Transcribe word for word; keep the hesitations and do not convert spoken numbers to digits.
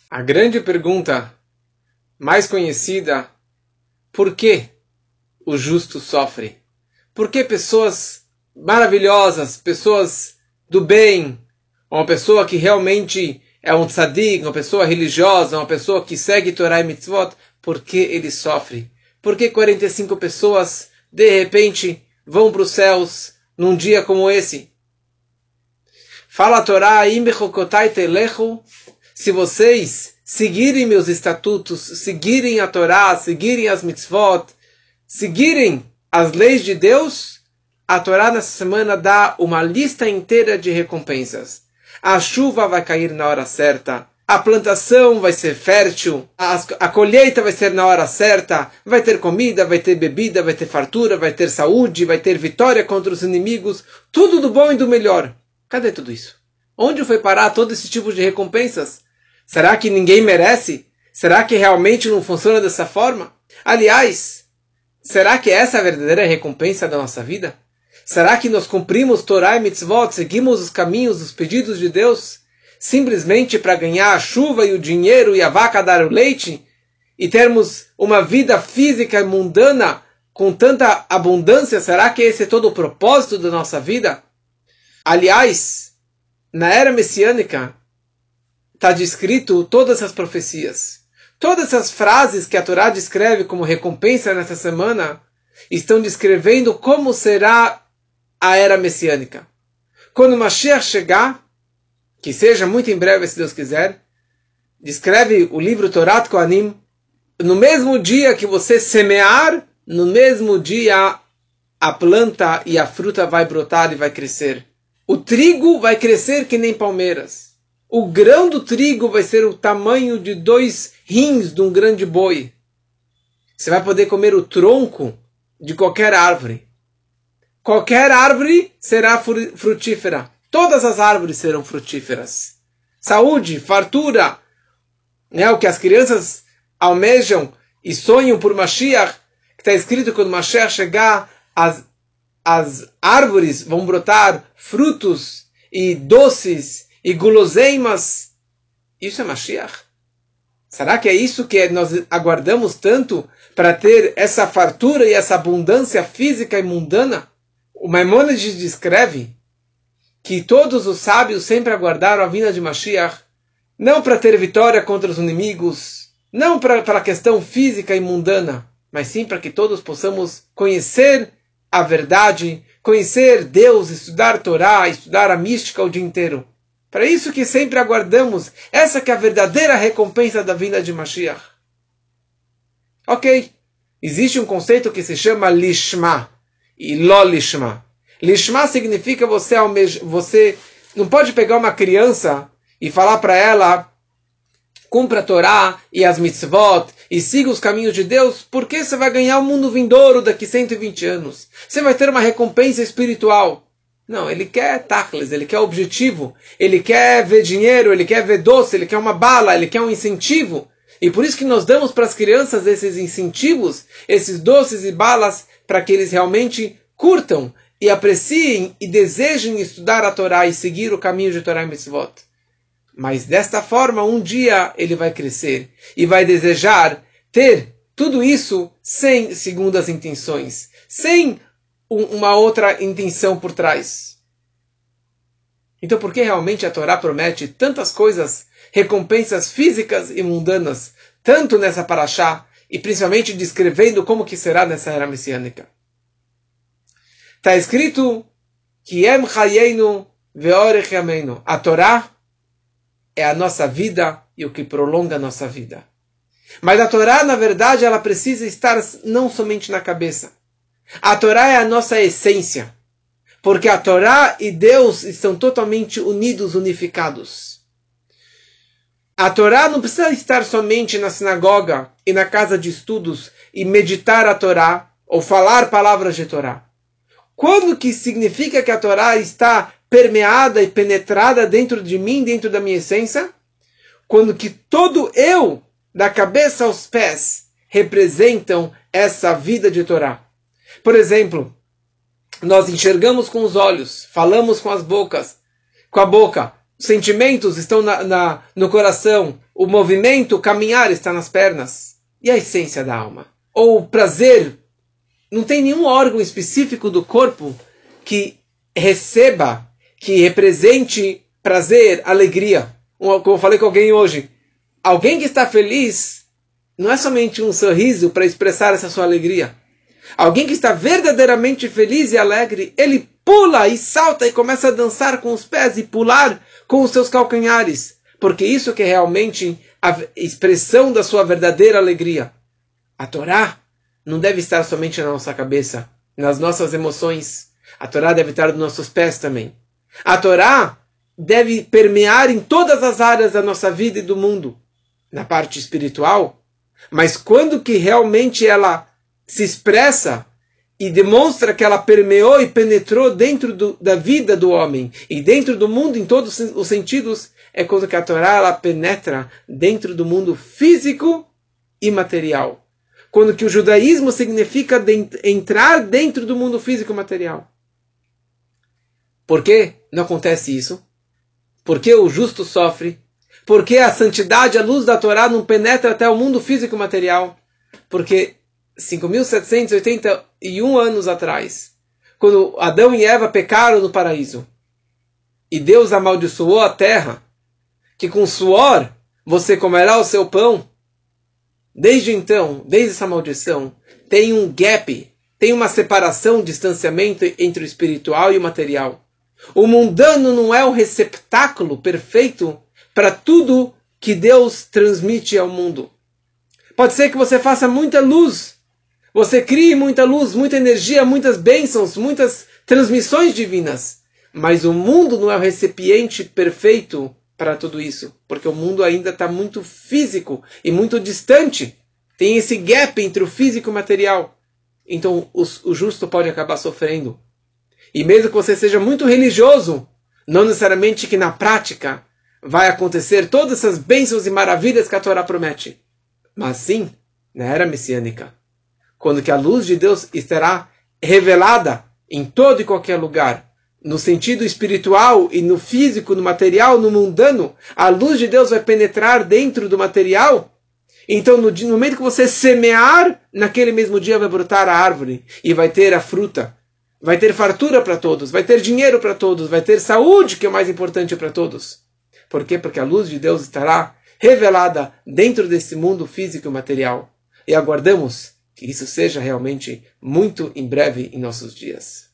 A grande pergunta mais conhecida, por que o justo sofre? Por que pessoas maravilhosas, pessoas do bem, uma pessoa que realmente é um tzadik, uma pessoa religiosa, uma pessoa que segue Torah e Mitzvot, por que ele sofre? Por que quarenta e cinco pessoas, de repente, vão para os céus num dia como esse? Fala a Torá, se vocês seguirem meus estatutos, seguirem a Torá, seguirem as mitzvot, seguirem as leis de Deus, a Torá nessa semana dá uma lista inteira de recompensas. A chuva vai cair na hora certa, a plantação vai ser fértil, a, a colheita vai ser na hora certa, vai ter comida, vai ter bebida, vai ter fartura, vai ter saúde, vai ter vitória contra os inimigos, tudo do bom e do melhor. Cadê tudo isso? Onde foi parar todo esse tipo de recompensas? Será que ninguém merece? Será que realmente não funciona dessa forma? Aliás, será que essa é a verdadeira recompensa da nossa vida? Será que nós cumprimos Torá e Mitzvot, seguimos os caminhos, os pedidos de Deus, simplesmente para ganhar a chuva e o dinheiro e a vaca dar o leite, e termos uma vida física e mundana com tanta abundância? Será que esse é todo o propósito da nossa vida? Aliás, na era messiânica, está descrito todas as profecias. Todas essas frases que a Torá descreve como recompensa nessa semana estão descrevendo como será a era messiânica. Quando o Mashiach chegar, que seja muito em breve, se Deus quiser, descreve o livro Torat Kohanim, no mesmo dia que você semear, no mesmo dia a planta e a fruta vai brotar e vai crescer. O trigo vai crescer que nem palmeiras. O grão do trigo vai ser o tamanho de dois rins de um grande boi. Você vai poder comer o tronco de qualquer árvore. Qualquer árvore será frutífera. Todas as árvores serão frutíferas. Saúde, fartura, né, o que as crianças almejam e sonham por Mashiach, que está escrito que quando Mashiach chegar, as, as árvores vão brotar frutos e doces e guloseimas. Isso é Mashiach? Será que é isso que nós aguardamos tanto para ter essa fartura e essa abundância física e mundana? O Maimônides descreve que todos os sábios sempre aguardaram a vinda de Mashiach, não para ter vitória contra os inimigos, não para, para a questão física e mundana, mas sim para que todos possamos conhecer a verdade, conhecer Deus, estudar Torá, estudar a mística o dia inteiro. Para isso que sempre aguardamos, essa que é a verdadeira recompensa da vinda de Mashiach. Ok, existe um conceito que se chama Lishma e Lo Lishma. Lishma significa você, almeja, você não pode pegar uma criança e falar para ela, cumpra a Torá e as mitzvot e siga os caminhos de Deus, porque você vai ganhar o mundo vindouro daqui cento e vinte anos. Você vai ter uma recompensa espiritual. Não, ele quer tachlis, ele quer objetivo, ele quer ver dinheiro, ele quer ver doce, ele quer uma bala, ele quer um incentivo. E por isso que nós damos para as crianças esses incentivos, esses doces e balas, para que eles realmente curtam e apreciem e desejem estudar a Torá e seguir o caminho de Torá e Mitzvot. Mas desta forma, um dia ele vai crescer e vai desejar ter tudo isso sem segundas intenções, sem um, uma outra intenção por trás. Então, por que realmente a Torá promete tantas coisas, recompensas físicas e mundanas, tanto nessa paraxá, e principalmente descrevendo como que será nessa era messiânica? Está escrito que Em Chayeinu ve'orech yameinu. A Torá é a nossa vida e o que prolonga a nossa vida. Mas a Torá, na verdade, ela precisa estar não somente na cabeça. A Torá é a nossa essência. Porque a Torá e Deus estão totalmente unidos, unificados. A Torá não precisa estar somente na sinagoga e na casa de estudos e meditar a Torá ou falar palavras de Torá. Quando que significa que a Torá está permeada e penetrada dentro de mim, dentro da minha essência? Quando que todo eu, da cabeça aos pés, representam essa vida de Torá. Por exemplo, nós enxergamos com os olhos, falamos com as bocas, com a boca, sentimentos estão na, na, no coração, o movimento, o caminhar está nas pernas. E a essência da alma? Ou o prazer? Não tem nenhum órgão específico do corpo que receba, que represente prazer, alegria. Como eu falei com alguém hoje, alguém que está feliz não é somente um sorriso para expressar essa sua alegria. Alguém que está verdadeiramente feliz e alegre, ele pula e salta e começa a dançar com os pés e pular com os seus calcanhares. Porque isso que é realmente a expressão da sua verdadeira alegria. A Torá não deve estar somente na nossa cabeça, nas nossas emoções. A Torá deve estar nos nossos pés também. A Torá deve permear em todas as áreas da nossa vida e do mundo. Na parte espiritual. Mas quando que realmente ela se expressa e demonstra que ela permeou e penetrou dentro do, da vida do homem e dentro do mundo em todos os sentidos, é quando que a Torá ela penetra dentro do mundo físico e material. Quando que o judaísmo significa de, entrar dentro do mundo físico e material. Por que não acontece isso? Por que o justo sofre? Por que a santidade, a luz da Torá não penetra até o mundo físico e material? Porque cinco mil setecentos e oitenta e um anos atrás, quando Adão e Eva pecaram no paraíso, e Deus amaldiçoou a terra, que com suor você comerá o seu pão, desde então, desde essa maldição, tem um gap, tem uma separação, um distanciamento entre o espiritual e o material. O mundano não é o receptáculo perfeito para tudo que Deus transmite ao mundo. Pode ser que você faça muita luz, você crie muita luz, muita energia, muitas bênçãos, muitas transmissões divinas. Mas o mundo não é o recipiente perfeito para tudo isso. Porque o mundo ainda está muito físico e muito distante. Tem esse gap entre o físico e o material. Então o, o justo pode acabar sofrendo. E mesmo que você seja muito religioso, não necessariamente que na prática vai acontecer todas essas bênçãos e maravilhas que a Torá promete. Mas sim, na era messiânica. Quando que a luz de Deus estará revelada em todo e qualquer lugar, no sentido espiritual e no físico, no material, no mundano, a luz de Deus vai penetrar dentro do material. Então, no, no momento que você semear, naquele mesmo dia vai brotar a árvore e vai ter a fruta. Vai ter fartura para todos, vai ter dinheiro para todos, vai ter saúde, que é o mais importante para todos. Por quê? Porque a luz de Deus estará revelada dentro desse mundo físico e material. E aguardamos que isso seja realmente muito em breve em nossos dias.